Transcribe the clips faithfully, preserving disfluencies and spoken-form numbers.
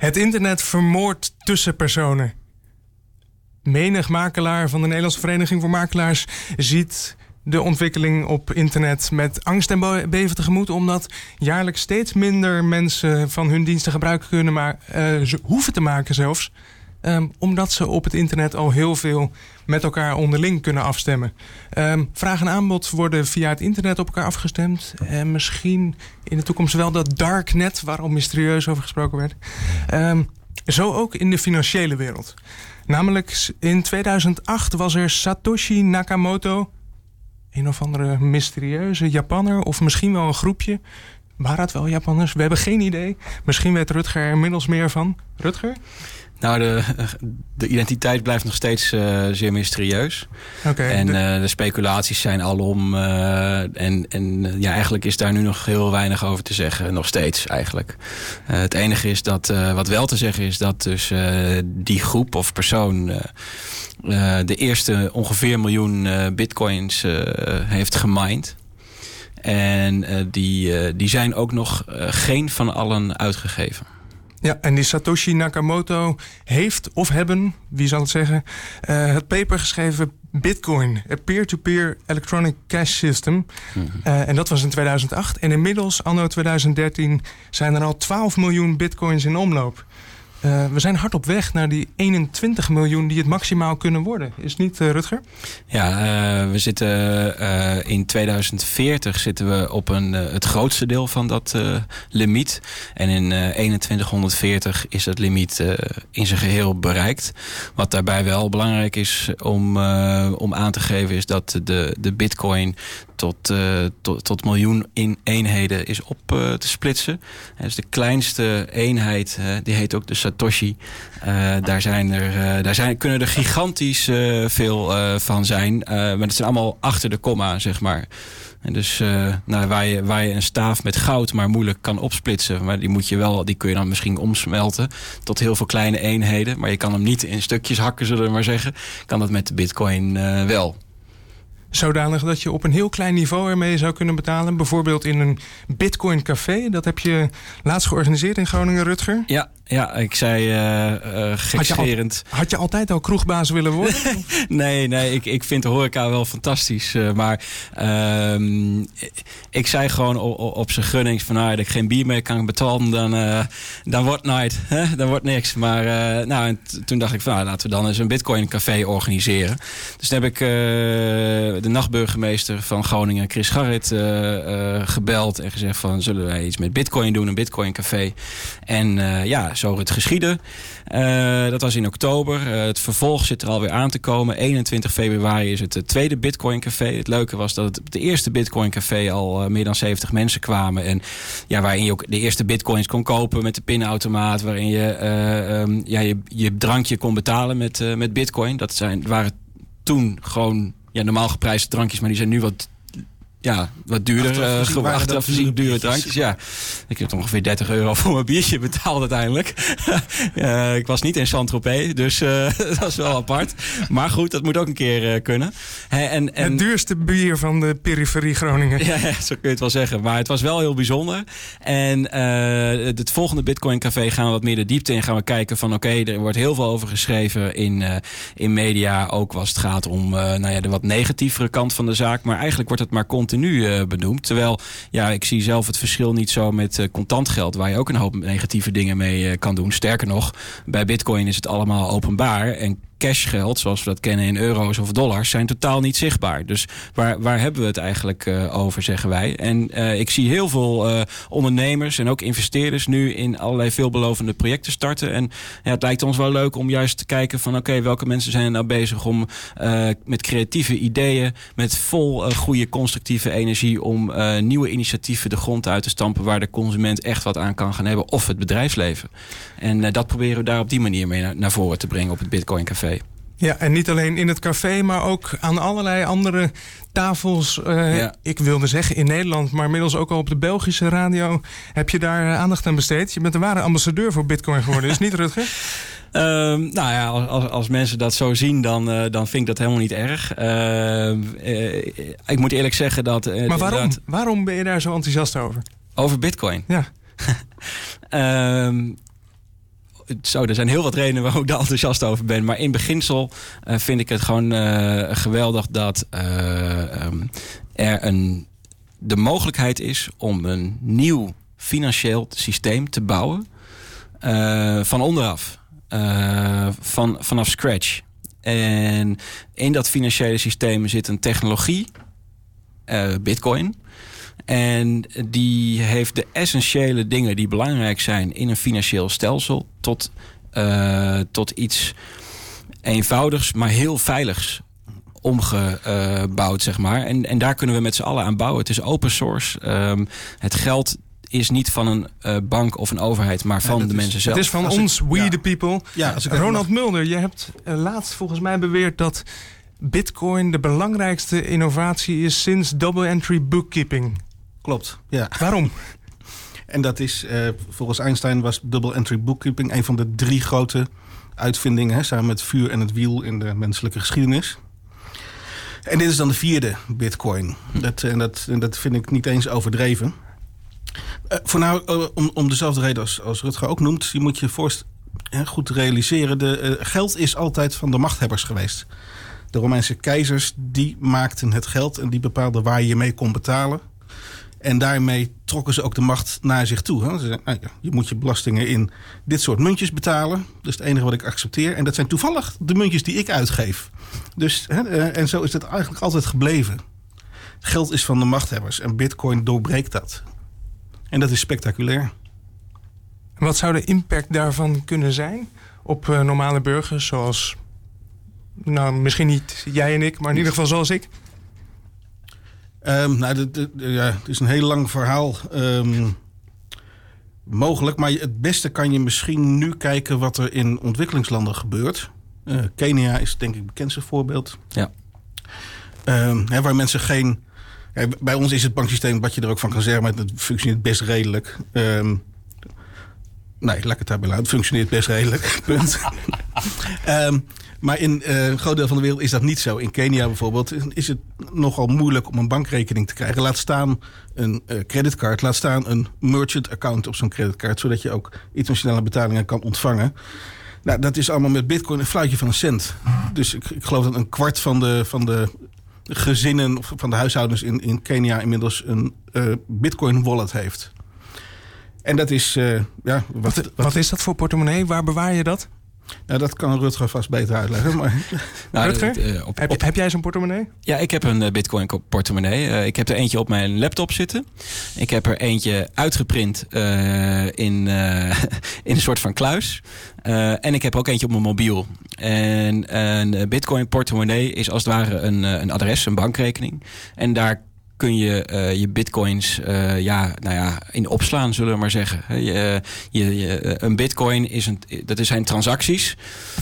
Het internet vermoordt tussenpersonen. Menig makelaar van de Nederlandse Vereniging voor Makelaars ziet de ontwikkeling op internet met angst en beven tegemoet, omdat jaarlijks steeds minder mensen van hun diensten gebruik kunnen, maar uh, ze hoeven te maken zelfs. Um, omdat ze op het internet al heel veel met elkaar onderling kunnen afstemmen. Um, vraag en aanbod worden via het internet op elkaar afgestemd. En misschien in de toekomst wel dat darknet, waar al mysterieus over gesproken werd. Um, zo ook in de financiële wereld. Namelijk in tweeduizend acht was er Satoshi Nakamoto, een of andere mysterieuze Japanner, of misschien wel een groepje. Waren het wel Japanners? We hebben geen idee. Misschien weet Rutger er inmiddels meer van. Rutger? Nou, de, de identiteit blijft nog steeds uh, zeer mysterieus. Okay, en de... Uh, de speculaties zijn alom. Uh, en en uh, ja, eigenlijk is daar nu nog heel weinig over te zeggen. Nog steeds eigenlijk. Uh, het enige is dat, uh, wat wel te zeggen is, dat dus uh, die groep of persoon Uh, uh, de eerste ongeveer miljoen uh, bitcoins uh, heeft gemined. En uh, die, uh, die zijn ook nog uh, geen van allen uitgegeven. Ja, en die Satoshi Nakamoto heeft of hebben, wie zal het zeggen, uh, het paper geschreven Bitcoin, a peer-to-peer electronic cash system. Mm-hmm. Uh, en dat was in tweeduizend acht. En inmiddels, anno tweeduizend dertien, zijn er al twaalf miljoen bitcoins in omloop. Uh, we zijn hard op weg naar die eenentwintig miljoen die het maximaal kunnen worden. Is het niet, uh, Rutger? Ja, uh, we zitten uh, in tweeduizend veertig zitten we op een, uh, het grootste deel van dat uh, limiet. En in uh, eenentwintighonderdveertig is dat limiet uh, in zijn geheel bereikt. Wat daarbij wel belangrijk is om, uh, om aan te geven is dat de, de bitcoin tot, uh, tot, tot miljoen in eenheden is op uh, te splitsen. En dus de kleinste eenheid, uh, die heet ook de Satoshi. Uh, daar zijn er, uh, daar zijn, kunnen er gigantisch uh, veel uh, van zijn. Uh, maar het zijn allemaal achter de komma, zeg maar. En dus uh, nou, waar, je, waar je een staaf met goud maar moeilijk kan opsplitsen. Maar die moet je wel, die kun je dan misschien omsmelten tot heel veel kleine eenheden. Maar je kan hem niet in stukjes hakken, zullen we maar zeggen. Kan dat met de bitcoin uh, wel. Zodanig dat je op een heel klein niveau ermee zou kunnen betalen. Bijvoorbeeld in een Bitcoin café. Dat heb je laatst georganiseerd in Groningen, Rutger. Ja, ja ik zei uh, uh, gekscherend. Had, had je altijd al kroegbaas willen worden? nee, nee ik, ik vind de horeca wel fantastisch. Uh, maar uh, ik zei gewoon op, op zijn gunnings van nou, dat ik geen bier meer kan betalen, dan, uh, dan wordt nooit. Hè? Dan wordt niks. Maar uh, nou, en t- toen dacht ik van nou, laten we dan eens een Bitcoin café organiseren. Dus toen heb ik Uh, de nachtburgemeester van Groningen, Chris Garrit, uh, uh, gebeld en gezegd van zullen wij iets met Bitcoin doen, een Bitcoin café. En uh, ja, zo het geschieden. Uh, dat was in oktober. Uh, het vervolg zit er alweer aan te komen. eenentwintig februari is het, het tweede Bitcoin café. Het leuke was dat het op de eerste Bitcoin café al uh, meer dan zeventig mensen kwamen. En ja, waarin je ook de eerste bitcoins kon kopen met de pinautomaat. Waarin je uh, um, ja, je, je drankje kon betalen met, uh, met Bitcoin. Dat zijn, waren toen gewoon ja, normaal geprijsde drankjes, maar die zijn nu wat, ja, wat duurder. Achteraf gezien uh, dure drankjes. Ja. Ik heb ongeveer dertig euro voor mijn biertje betaald uiteindelijk. uh, ik was niet in Saint-Tropez, dus uh, dat is wel apart. Maar goed, dat moet ook een keer uh, kunnen. He, en, en, het duurste bier van de periferie Groningen. Ja, zo kun je het wel zeggen. Maar het was wel heel bijzonder. En uh, het volgende Bitcoin Café gaan we wat meer de diepte in. Gaan we kijken van oké, okay, er wordt heel veel over geschreven in, uh, in media. Ook als het gaat om uh, nou ja, de wat negatievere kant van de zaak. Maar eigenlijk wordt het maar continu nu uh, benoemd. Terwijl, ja, ik zie zelf het verschil niet zo met uh, contant geld, waar je ook een hoop negatieve dingen mee uh, kan doen. Sterker nog, bij Bitcoin is het allemaal openbaar en cashgeld, zoals we dat kennen in euro's of dollars, zijn totaal niet zichtbaar. Dus waar, waar hebben we het eigenlijk uh, over, zeggen wij. En uh, ik zie heel veel uh, ondernemers en ook investeerders nu in allerlei veelbelovende projecten starten. En ja, het lijkt ons wel leuk om juist te kijken van oké, okay, welke mensen zijn er nou bezig om uh, met creatieve ideeën, met vol uh, goede constructieve energie om uh, nieuwe initiatieven de grond uit te stampen waar de consument echt wat aan kan gaan hebben, of het bedrijfsleven. En uh, dat proberen we daar op die manier mee naar, naar voren te brengen op het Bitcoin Café. Ja, en niet alleen in het café, maar ook aan allerlei andere tafels. Uh, ja. Ik wilde zeggen in Nederland, maar inmiddels ook al op de Belgische radio heb je daar aandacht aan besteed. Je bent een ware ambassadeur voor Bitcoin geworden, is niet, Rutger? Um, nou ja, als, als mensen dat zo zien, dan, uh, dan vind ik dat helemaal niet erg. Uh, uh, ik moet eerlijk zeggen dat Uh, maar waarom? Dat, waarom ben je daar zo enthousiast over? Over Bitcoin? Ja. um, zo, er zijn heel wat redenen waarom ik daar enthousiast over ben. Maar in beginsel uh, vind ik het gewoon uh, geweldig dat uh, um, er een, de mogelijkheid is om een nieuw financieel systeem te bouwen uh, van onderaf. Uh, van, vanaf scratch. En in dat financiële systeem zit een technologie, uh, Bitcoin. En die heeft de essentiële dingen die belangrijk zijn in een financieel stelsel tot, uh, tot iets eenvoudigs, maar heel veiligs omgebouwd, zeg maar. En, en daar kunnen we met z'n allen aan bouwen. Het is open source. Um, het geld is niet van een uh, bank of een overheid, maar van ja, de is, mensen zelf. Het is van als ons, ik, we ja. the people. Ja, als ik Ronald mag... Mulder, je hebt uh, laatst volgens mij beweerd dat Bitcoin de belangrijkste innovatie is sinds double entry bookkeeping. Klopt, ja. Waarom? En dat is, uh, volgens Einstein was double entry bookkeeping een van de drie grote uitvindingen, hè, samen met het vuur en het wiel in de menselijke geschiedenis. En dit is dan de vierde Bitcoin. Dat, en, dat, en dat vind ik niet eens overdreven. Uh, voor nou, uh, om, om dezelfde reden als, als Rutger ook noemt, je moet je voorst, uh, goed realiseren, de, uh, geld is altijd van de machthebbers geweest. De Romeinse keizers, die maakten het geld en die bepaalden waar je mee kon betalen. En daarmee trokken ze ook de macht naar zich toe. Hè? Ze zeiden, nou ja, je moet je belastingen in dit soort muntjes betalen. Dat is het enige wat ik accepteer. En dat zijn toevallig de muntjes die ik uitgeef. Dus, hè, en zo is het eigenlijk altijd gebleven. Geld is van de machthebbers en Bitcoin doorbreekt dat. En dat is spectaculair. Wat zou de impact daarvan kunnen zijn op uh, normale burgers zoals... Nou, misschien niet jij en ik, maar in ieder geval zoals ik. Um, nou, de, de, de, ja, het is een heel lang verhaal um, mogelijk. Maar het beste kan je misschien nu kijken wat er in ontwikkelingslanden gebeurt. Uh, Kenia is denk ik het bekendste voorbeeld. Ja. Um, hè, waar mensen geen... Ja, bij ons is het banksysteem, wat je er ook van kan zeggen, maar het functioneert best redelijk. Um, nee, laat ik het daarbij laten. Het functioneert best redelijk. Punt. um, Maar in uh, een groot deel van de wereld is dat niet zo. In Kenia bijvoorbeeld is het nogal moeilijk om een bankrekening te krijgen. Laat staan een uh, creditcard, laat staan een merchant account op zo'n creditcard, zodat je ook internationale betalingen kan ontvangen. Nou, dat is allemaal met Bitcoin een fluitje van een cent. Dus ik, ik geloof dat een kwart van de, van de gezinnen of van de huishoudens in, in Kenia inmiddels een uh, Bitcoin wallet heeft. En dat is... Uh, ja, wat, wat, wat is dat voor portemonnee? Waar bewaar je dat? Nou, dat kan Rutger vast beter uitleggen. Maar... Nou, Rutger, uh, op, heb, op... heb jij zo'n portemonnee? Ja, ik heb een uh, Bitcoin portemonnee. Uh, ik heb er eentje op mijn laptop zitten. Ik heb er eentje uitgeprint uh, in, uh, in een soort van kluis. Uh, en ik heb ook eentje op mijn mobiel. En een Bitcoin portemonnee is als het ware een, een adres, een bankrekening. En daar kun je uh, je bitcoins uh, ja, nou ja, in opslaan, zullen we maar zeggen. Je, je, je, een bitcoin is een, dat zijn transacties.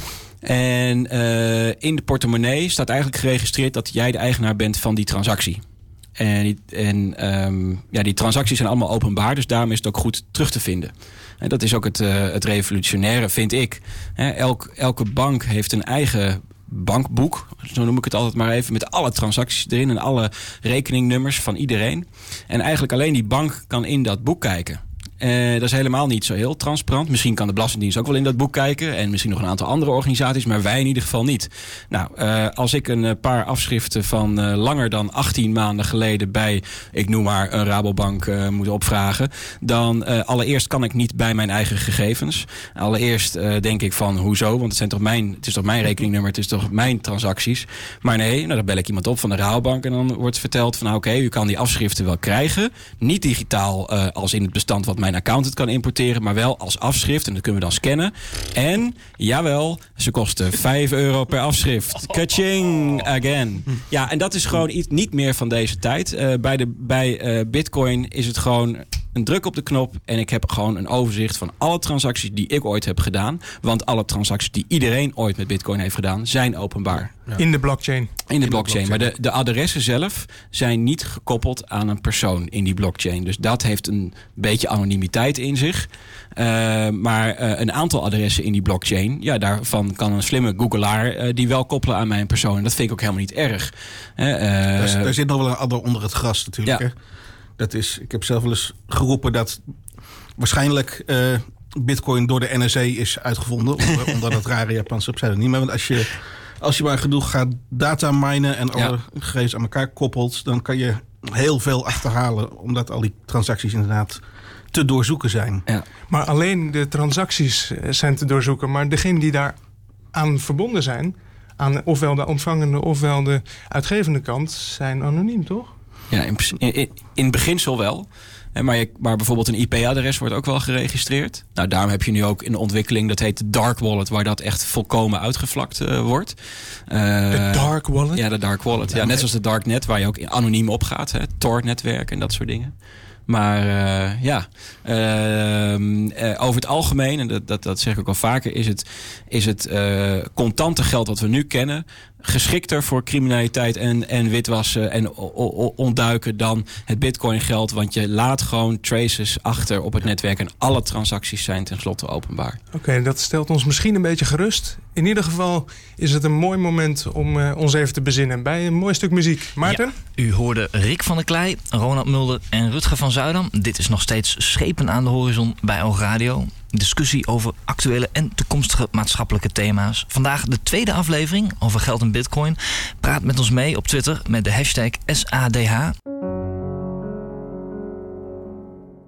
En uh, in de portemonnee staat eigenlijk geregistreerd dat jij de eigenaar bent van die transactie. En, die, en um, ja, die transacties zijn allemaal openbaar, dus daarom is het ook goed terug te vinden. En dat is ook het, uh, het revolutionaire, vind ik. He, elk, elke bank heeft een eigen bankboek, zo noem ik het altijd maar even, met alle transacties erin en alle rekeningnummers van iedereen. En eigenlijk alleen die bank kan in dat boek kijken. Uh, dat is helemaal niet zo heel transparant. Misschien kan de Belastingdienst ook wel in dat boek kijken. En misschien nog een aantal andere organisaties. Maar wij in ieder geval niet. Nou, uh, als ik een paar afschriften van uh, langer dan achttien maanden geleden bij, ik noem maar, een Rabobank uh, moet opvragen. Dan uh, allereerst kan ik niet bij mijn eigen gegevens. Allereerst uh, denk ik van, hoezo? Want het, zijn toch mijn, het is toch mijn rekeningnummer. Het is toch mijn transacties. Maar nee, nou, dan bel ik iemand op van de Rabobank. En dan wordt verteld van, nou, oké, okay, u kan die afschriften wel krijgen. Niet digitaal uh, als in het bestand wat mijn accountant kan importeren, maar wel als afschrift. En dat kunnen we dan scannen. En, jawel, ze kosten vijf euro per afschrift. Kaching, again. Ja, en dat is gewoon iets niet meer van deze tijd. Uh, bij de, bij uh, Bitcoin is het gewoon een druk op de knop en ik heb gewoon een overzicht van alle transacties die ik ooit heb gedaan. Want alle transacties die iedereen ooit met Bitcoin heeft gedaan, zijn openbaar. Ja. In de blockchain. In de, in de blockchain. blockchain. Maar de, de adressen zelf zijn niet gekoppeld aan een persoon in die blockchain. Dus dat heeft een beetje anonimiteit in zich. Uh, maar uh, een aantal adressen in die blockchain, ja, daarvan kan een slimme googelaar uh, die wel koppelen aan mijn persoon. En dat vind ik ook helemaal niet erg. Uh, uh, daar, daar zit nog wel een ander onder het gras natuurlijk. Ja. Hè? Dat is, ik heb zelf wel eens geroepen dat waarschijnlijk uh, Bitcoin door de N S A is uitgevonden. onder, onder dat rare Japanse pseudoniem. Want als je, als je maar genoeg gaat data minen en alle ja. gegevens aan elkaar koppelt, dan kan je heel veel achterhalen. Omdat al die transacties inderdaad te doorzoeken zijn. Ja. Maar alleen de transacties zijn te doorzoeken. Maar degene die daar aan verbonden zijn, aan ofwel de ontvangende ofwel de uitgevende kant, zijn anoniem, toch? Ja, in, in, in beginsel wel. Maar, je, maar bijvoorbeeld een I P-adres wordt ook wel geregistreerd. Nou, daarom heb je nu ook in de ontwikkeling, dat heet de dark wallet, waar dat echt volkomen uitgevlakt uh, wordt. Uh, de dark wallet? Ja, de dark wallet. Ja, net zoals de darknet, waar je ook anoniem op gaat. Het Tor-netwerk en dat soort dingen. Maar uh, ja, uh, uh, over het algemeen, en dat, dat, dat zeg ik ook al vaker, is het, is het uh, contante geld wat we nu kennen geschikter voor criminaliteit en, en witwassen en o, o, ontduiken dan het bitcoin geld. Want je laat gewoon traces achter op het netwerk en alle transacties zijn tenslotte openbaar. Oké, okay, dat stelt ons misschien een beetje gerust. In ieder geval is het een mooi moment om uh, ons even te bezinnen bij een mooi stuk muziek. Maarten? Ja, u hoorde Rick van der Klei, Ronald Mulder en Rutger van Zuidam. Dit is nog steeds Schepen aan de horizon bij O Radio. Discussie over actuele en toekomstige maatschappelijke thema's. Vandaag de tweede aflevering over geld en bitcoin. Praat met ons mee op Twitter met de hashtag S A D H.